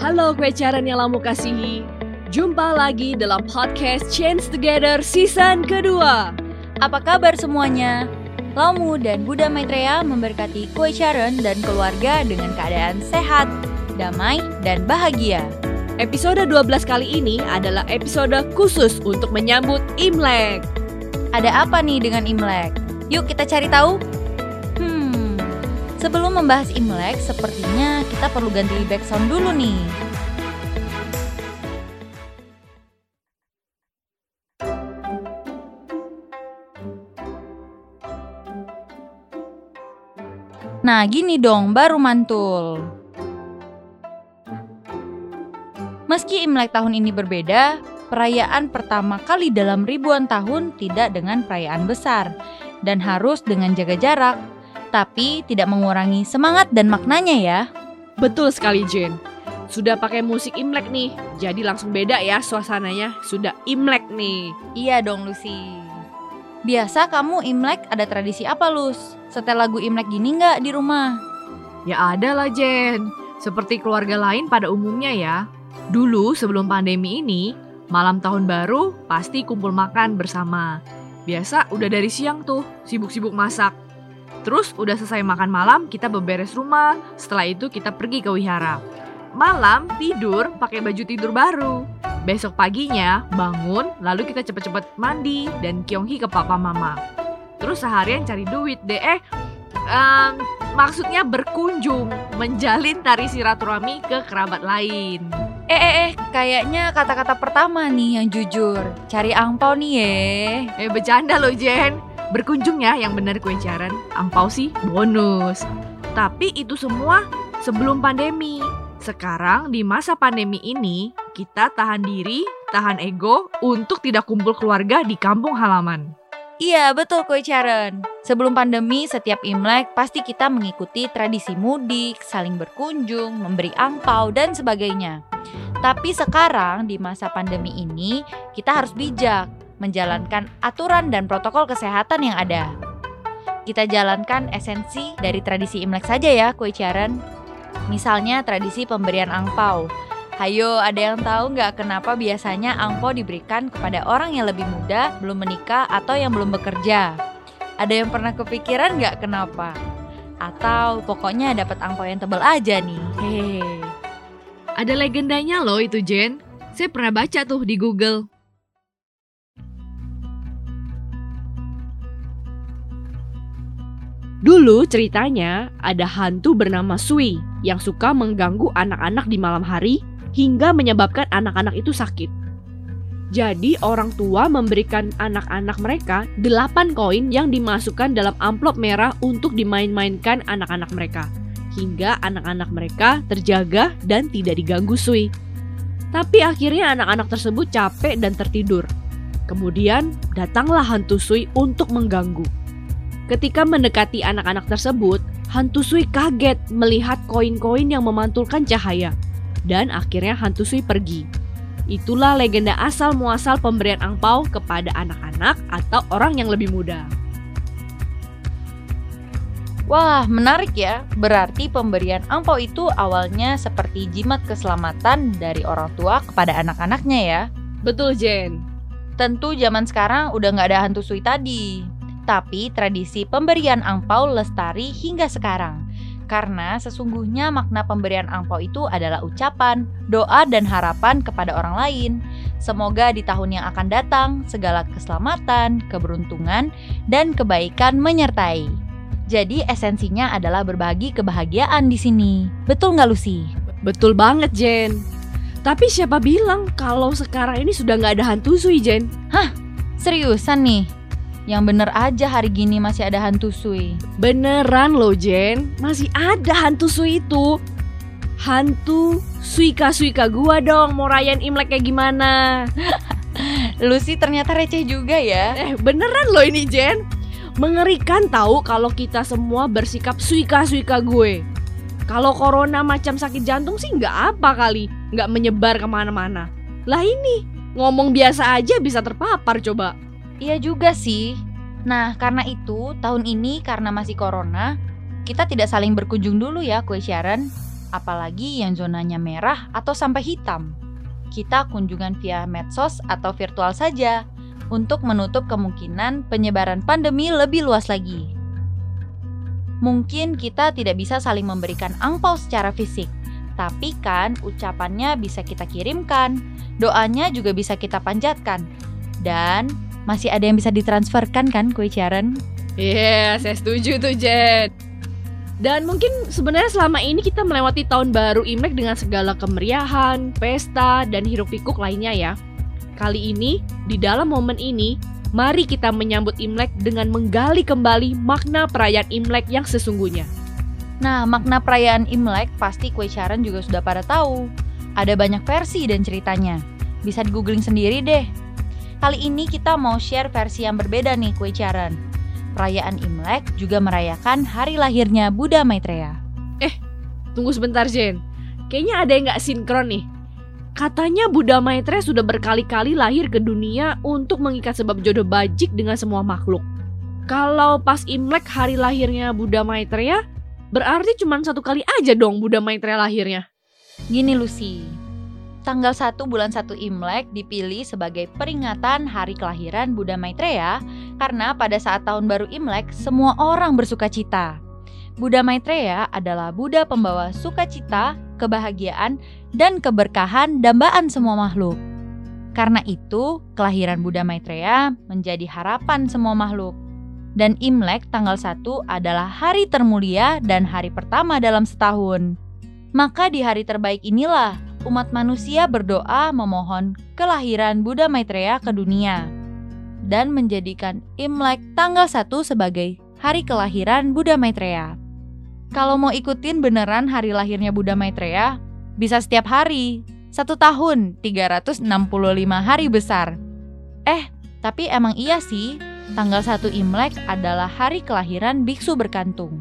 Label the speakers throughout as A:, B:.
A: Halo kue Sharon yang lamu kasihi. Jumpa lagi dalam podcast Change Together season kedua.
B: Apa kabar semuanya? Lamu dan Buddha Maitreya memberkati kue Sharon dan keluarga dengan keadaan sehat, damai, dan bahagia.
A: Episode 12 kali ini adalah episode khusus untuk menyambut Imlek.
B: Ada apa nih dengan Imlek? Yuk kita cari tahu. Sebelum membahas Imlek, sepertinya kita perlu ganti background dulu nih. Nah, gini dong, baru mantul. Meski Imlek tahun ini berbeda, perayaan pertama kali dalam ribuan tahun tidak dengan perayaan besar dan harus dengan jaga jarak. Tapi tidak mengurangi semangat dan maknanya ya.
A: Betul sekali Jen. Sudah pakai musik Imlek nih, jadi langsung beda ya suasananya. Sudah Imlek nih.
B: Iya dong Lucy. Biasa kamu Imlek ada tradisi apa Lus? Setel lagu Imlek gini nggak di rumah?
A: Ya ada lah Jen. Seperti keluarga lain pada umumnya ya. Dulu sebelum pandemi ini, malam tahun baru pasti kumpul makan bersama. Biasa udah dari siang tuh, sibuk-sibuk masak. Terus udah selesai makan malam, kita beberes rumah. Setelah itu kita pergi ke wihara. Malam tidur pakai baju tidur baru. Besok paginya bangun, lalu kita cepet-cepet mandi dan kyonghi ke papa mama. Terus seharian cari duit deh. Maksudnya berkunjung, menjalin tari silaturahmi ke kerabat lain.
B: Kayaknya kata-kata pertama nih yang jujur. Cari angpau nih ya.
A: Bercanda loh Jen. Berkunjung ya yang benar kue Sharon, angpau sih bonus. Tapi itu semua sebelum pandemi. Sekarang di masa pandemi ini, kita tahan diri, tahan ego untuk tidak kumpul keluarga di kampung halaman.
B: Iya betul kue Sharon. Sebelum pandemi setiap Imlek pasti kita mengikuti tradisi mudik, saling berkunjung, memberi angpau dan sebagainya. Tapi sekarang di masa pandemi ini kita harus bijak menjalankan aturan dan protokol kesehatan yang ada. Kita jalankan esensi dari tradisi Imlek saja ya, kue Sharon. Misalnya tradisi pemberian angpau. Hayo, ada yang tahu nggak kenapa biasanya angpau diberikan kepada orang yang lebih muda, belum menikah, atau yang belum bekerja? Ada yang pernah kepikiran nggak kenapa? Atau pokoknya dapat angpau yang tebal aja nih. Hehehe.
A: Ada legendanya loh itu Jen. Saya pernah baca tuh di Google. Dulu ceritanya ada hantu bernama Sui yang suka mengganggu anak-anak di malam hari hingga menyebabkan anak-anak itu sakit. Jadi orang tua memberikan anak-anak mereka 8 koin yang dimasukkan dalam amplop merah untuk dimain-mainkan anak-anak mereka. Hingga anak-anak mereka terjaga dan tidak diganggu Sui. Tapi akhirnya anak-anak tersebut capek dan tertidur. Kemudian datanglah hantu Sui untuk mengganggu. Ketika mendekati anak-anak tersebut, hantu Sui kaget melihat koin-koin yang memantulkan cahaya. Dan akhirnya hantu Sui pergi. Itulah legenda asal muasal pemberian angpau kepada anak-anak atau orang yang lebih muda.
B: Wah, menarik ya. Berarti pemberian angpau itu awalnya seperti jimat keselamatan dari orang tua kepada anak-anaknya ya.
A: Betul Jen.
B: Tentu zaman sekarang udah gak ada hantu Sui tadi. Tapi tradisi pemberian angpau lestari hingga sekarang. Karena sesungguhnya makna pemberian angpau itu adalah ucapan, doa dan harapan kepada orang lain. Semoga di tahun yang akan datang segala keselamatan, keberuntungan, dan kebaikan menyertai. Jadi esensinya adalah berbagi kebahagiaan di sini. Betul nggak Lucy?
A: Betul banget Jen. Tapi siapa bilang kalau sekarang ini sudah nggak ada hantu Sui Jen?
B: Hah? Seriusan nih? Yang bener aja hari gini masih ada hantu Sui.
A: Beneran loh Jen, masih ada hantu Sui itu. Hantu Suika-Suika gua dong, mau rayain Imlek kayak gimana?
B: Lucy ternyata receh juga ya.
A: Beneran loh ini Jen. Mengerikan tahu kalau kita semua bersikap Suika-Suika gue. Kalau corona macam sakit jantung sih nggak apa kali, nggak menyebar kemana-mana. Lah ini, ngomong biasa aja bisa terpapar coba.
B: Iya juga sih. Nah, karena itu tahun ini karena masih corona, kita tidak saling berkunjung dulu ya kue Sharon. apalagi yang zonanya merah atau sampai hitam. Kita kunjungan via medsos atau virtual saja untuk menutup kemungkinan penyebaran pandemi lebih luas lagi. Mungkin kita tidak bisa saling memberikan angpau secara fisik, tapi kan ucapannya bisa kita kirimkan, doanya juga bisa kita panjatkan, dan masih ada yang bisa ditransferkan kan kue Sharon?
A: Iya, saya setuju tuh Jen. Dan mungkin sebenarnya selama ini kita melewati tahun baru Imlek dengan segala kemeriahan, pesta, dan hiruk pikuk lainnya ya. Kali ini, di dalam momen ini, mari kita menyambut Imlek dengan menggali kembali makna perayaan Imlek yang sesungguhnya.
B: Nah, makna perayaan Imlek pasti kue Sharon juga sudah pada tahu. Ada banyak versi dan ceritanya. Bisa di-googling sendiri deh. Kali ini kita mau share versi yang berbeda nih kue Sharon. Perayaan Imlek juga merayakan hari lahirnya Buddha Maitreya.
A: Tunggu sebentar Jen, kayaknya ada yang gak sinkron nih. Katanya Buddha Maitreya sudah berkali-kali lahir ke dunia untuk mengikat sebab jodoh bajik dengan semua makhluk. Kalau pas Imlek hari lahirnya Buddha Maitreya, berarti cuma satu kali aja dong Buddha Maitreya lahirnya.
B: Gini Lucy, tanggal 1 bulan 1 Imlek dipilih sebagai peringatan hari kelahiran Buddha Maitreya karena pada saat tahun baru Imlek semua orang bersukacita. Buddha Maitreya adalah Buddha pembawa sukacita, kebahagiaan, dan keberkahan dambaan semua makhluk. Karena itu, kelahiran Buddha Maitreya menjadi harapan semua makhluk. Dan Imlek tanggal 1 adalah hari termulia dan hari pertama dalam setahun. Maka di hari terbaik inilah umat manusia berdoa memohon kelahiran Buddha Maitreya ke dunia dan menjadikan Imlek tanggal 1 sebagai hari kelahiran Buddha Maitreya. Kalau mau ikutin beneran hari lahirnya Buddha Maitreya, bisa setiap hari, 1 tahun, 365 hari besar. Tapi emang iya sih, tanggal 1 Imlek adalah hari kelahiran biksu berkantung.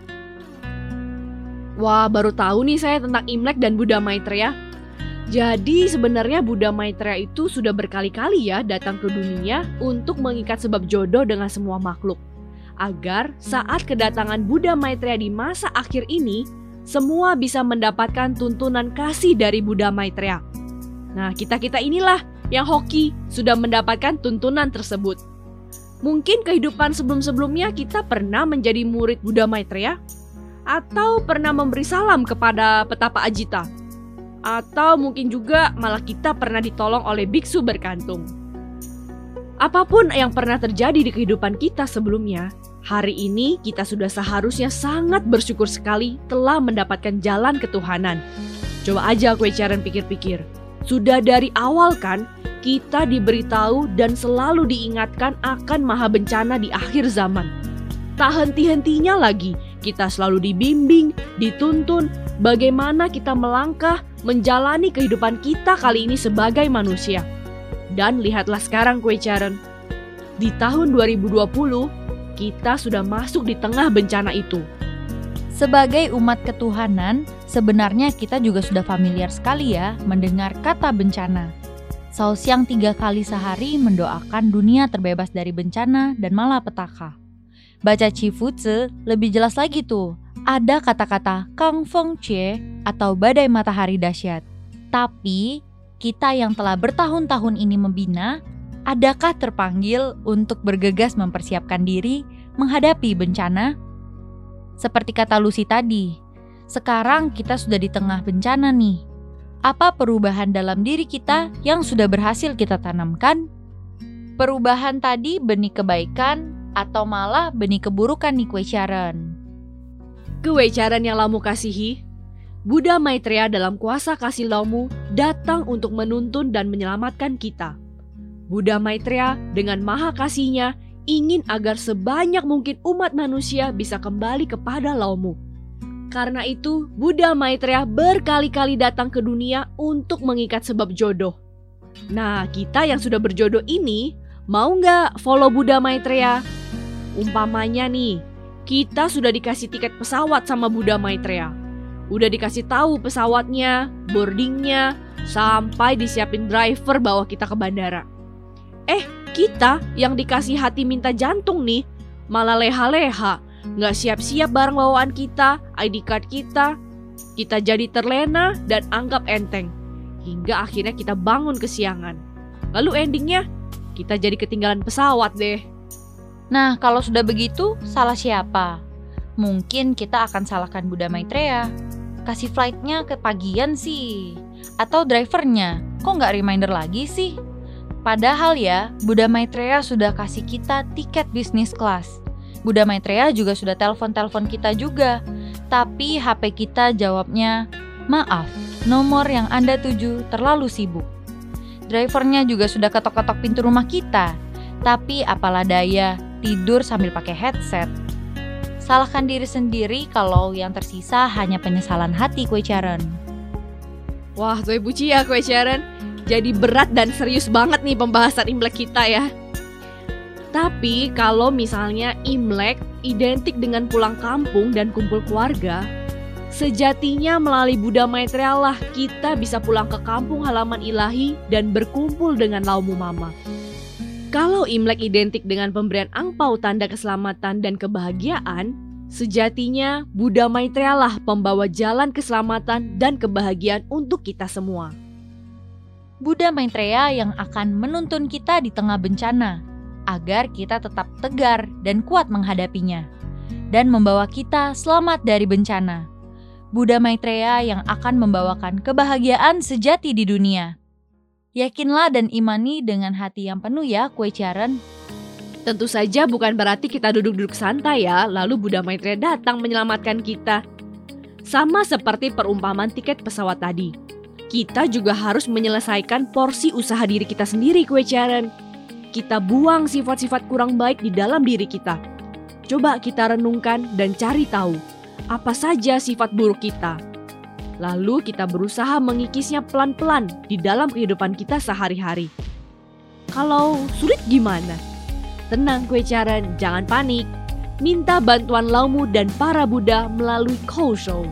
A: Wah, baru tahu nih saya tentang Imlek dan Buddha Maitreya. Jadi sebenarnya Buddha Maitreya itu sudah berkali-kali ya datang ke dunia untuk mengikat sebab jodoh dengan semua makhluk. Agar saat kedatangan Buddha Maitreya di masa akhir ini, semua bisa mendapatkan tuntunan kasih dari Buddha Maitreya. Nah, kita-kita inilah yang hoki sudah mendapatkan tuntunan tersebut. Mungkin kehidupan sebelum-sebelumnya kita pernah menjadi murid Buddha Maitreya, atau pernah memberi salam kepada petapa Ajita, atau mungkin juga malah kita pernah ditolong oleh biksu berkantung. Apapun yang pernah terjadi di kehidupan kita sebelumnya, hari ini kita sudah seharusnya sangat bersyukur sekali telah mendapatkan jalan ketuhanan. Coba aja kue Sharon pikir-pikir. Sudah dari awal kan kita diberitahu dan selalu diingatkan akan maha bencana di akhir zaman. Tak henti-hentinya lagi kita selalu dibimbing, dituntun bagaimana kita melangkah menjalani kehidupan kita kali ini sebagai manusia. Dan lihatlah sekarang kue Sharon. Di tahun 2020, kita sudah masuk di tengah bencana itu.
B: Sebagai umat ketuhanan, sebenarnya kita juga sudah familiar sekali ya mendengar kata bencana. Saosyang 3 kali sehari mendoakan dunia terbebas dari bencana dan malapetaka. Baca Chifutse lebih jelas lagi tuh, ada kata-kata Kang Feng Chie atau badai matahari dahsyat. Tapi kita yang telah bertahun-tahun ini membina, adakah terpanggil untuk bergegas mempersiapkan diri menghadapi bencana? Seperti kata Lucy tadi, sekarang kita sudah di tengah bencana nih. Apa perubahan dalam diri kita yang sudah berhasil kita tanamkan? Perubahan tadi benih kebaikan atau malah benih keburukan nih kue Sharon?
A: Kue Sharon yang Lamu kasihi, Buddha Maitreya dalam kuasa kasih Lamu datang untuk menuntun dan menyelamatkan kita. Buddha Maitreya dengan maha kasihnya ingin agar sebanyak mungkin umat manusia bisa kembali kepada Lamu. Karena itu, Buddha Maitreya berkali-kali datang ke dunia untuk mengikat sebab jodoh. Nah, kita yang sudah berjodoh ini, mau nggak follow Buddha Maitreya? Umpamanya nih, kita sudah dikasih tiket pesawat sama Buddha Maitreya. Udah dikasih tahu pesawatnya, boardingnya, sampai disiapin driver bawa kita ke bandara. Kita yang dikasih hati minta jantung nih, malah leha-leha, nggak siap-siap barang bawaan kita, ID card kita. kita jadi terlena dan anggap enteng. Hingga akhirnya kita bangun kesiangan. Lalu endingnya, kita jadi ketinggalan pesawat deh.
B: Nah, kalau sudah begitu, salah siapa? Mungkin kita akan salahkan Buddha Maitreya. Kasih flightnya kepagian sih. Atau drivernya, kok nggak reminder lagi sih? Padahal ya, Buddha Maitreya sudah kasih kita tiket bisnis kelas. Buddha Maitreya juga sudah telepon-telepon kita juga. Tapi HP kita jawabnya, maaf, nomor yang Anda tuju terlalu sibuk. Drivernya juga sudah ketok-ketok pintu rumah kita. Tapi apalah daya, tidur sambil pakai headset. Salahkan diri sendiri kalau yang tersisa hanya penyesalan hati, Kue Charon.
A: Wah, Toe Buci ya Kue Charon. Jadi berat dan serius banget nih pembahasan Imlek kita ya. Tapi kalau misalnya Imlek identik dengan pulang kampung dan kumpul keluarga, sejatinya melalui Buddha Maitreya lah kita bisa pulang ke kampung halaman ilahi dan berkumpul dengan Laumu Mama. Kalau Imlek identik dengan pemberian angpau tanda keselamatan dan kebahagiaan, sejatinya Buddha Maitreya lah pembawa jalan keselamatan dan kebahagiaan untuk kita semua.
B: Buddha Maitreya yang akan menuntun kita di tengah bencana, agar kita tetap tegar dan kuat menghadapinya, dan membawa kita selamat dari bencana. Buddha Maitreya yang akan membawakan kebahagiaan sejati di dunia. Yakinlah dan imani dengan hati yang penuh ya, Kue Charon.
A: Tentu saja bukan berarti kita duduk-duduk santai ya, lalu Buddha Maitreya datang menyelamatkan kita. Sama seperti perumpamaan tiket pesawat tadi. Kita juga harus menyelesaikan porsi usaha diri kita sendiri, Kue Charon. Kita buang sifat-sifat kurang baik di dalam diri kita. Coba kita renungkan dan cari tahu, apa saja sifat buruk kita. Lalu kita berusaha mengikisnya pelan-pelan di dalam kehidupan kita sehari-hari. Kalau sulit gimana? Tenang Kue Charon, jangan panik. Minta bantuan Laumu dan para Buddha melalui Kosho.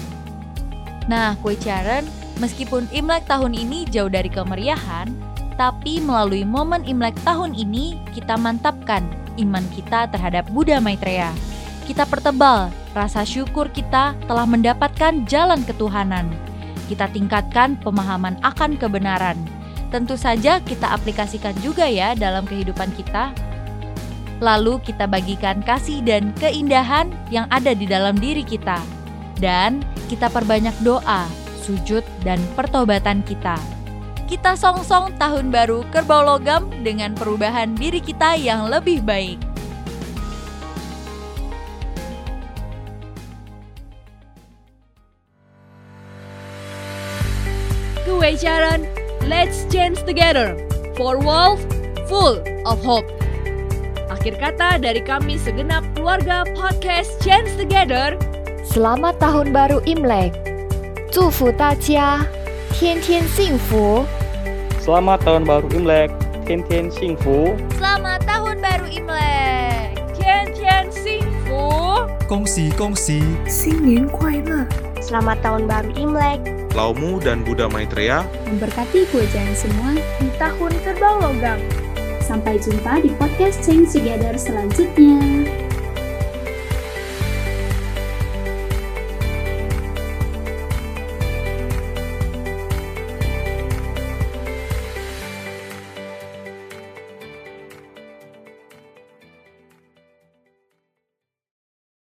B: Nah, Kue Charon, meskipun Imlek tahun ini jauh dari kemeriahan, tapi melalui momen Imlek tahun ini kita mantapkan iman kita terhadap Buddha Maitreya. Kita pertebal rasa syukur kita telah mendapatkan jalan ketuhanan. Kita tingkatkan pemahaman akan kebenaran. Tentu saja kita aplikasikan juga ya dalam kehidupan kita. Lalu kita bagikan kasih dan keindahan yang ada di dalam diri kita. Dan kita perbanyak doa, sujud, dan pertobatan kita. Kita song-song tahun baru kerbau logam dengan perubahan diri kita yang lebih baik.
A: Kue Charon, let's change together for world full of hope. Akhir kata dari kami segenap keluarga podcast Change Together.
C: Selamat Tahun Baru Imlek. 祝福大家天天幸福.
D: Selamat Tahun Baru Imlek, 天天幸福.
B: Selamat Tahun Baru Imlek,
A: 天天幸福.
E: 恭喜恭喜
F: 新年快乐.
G: Selamat Tahun Baru Imlek.
H: Laumu dan Buddha Maitreya
F: Memberkati kewajiban semua
G: Di tahun kerbau logam.
F: Sampai jumpa di podcast Change Together selanjutnya.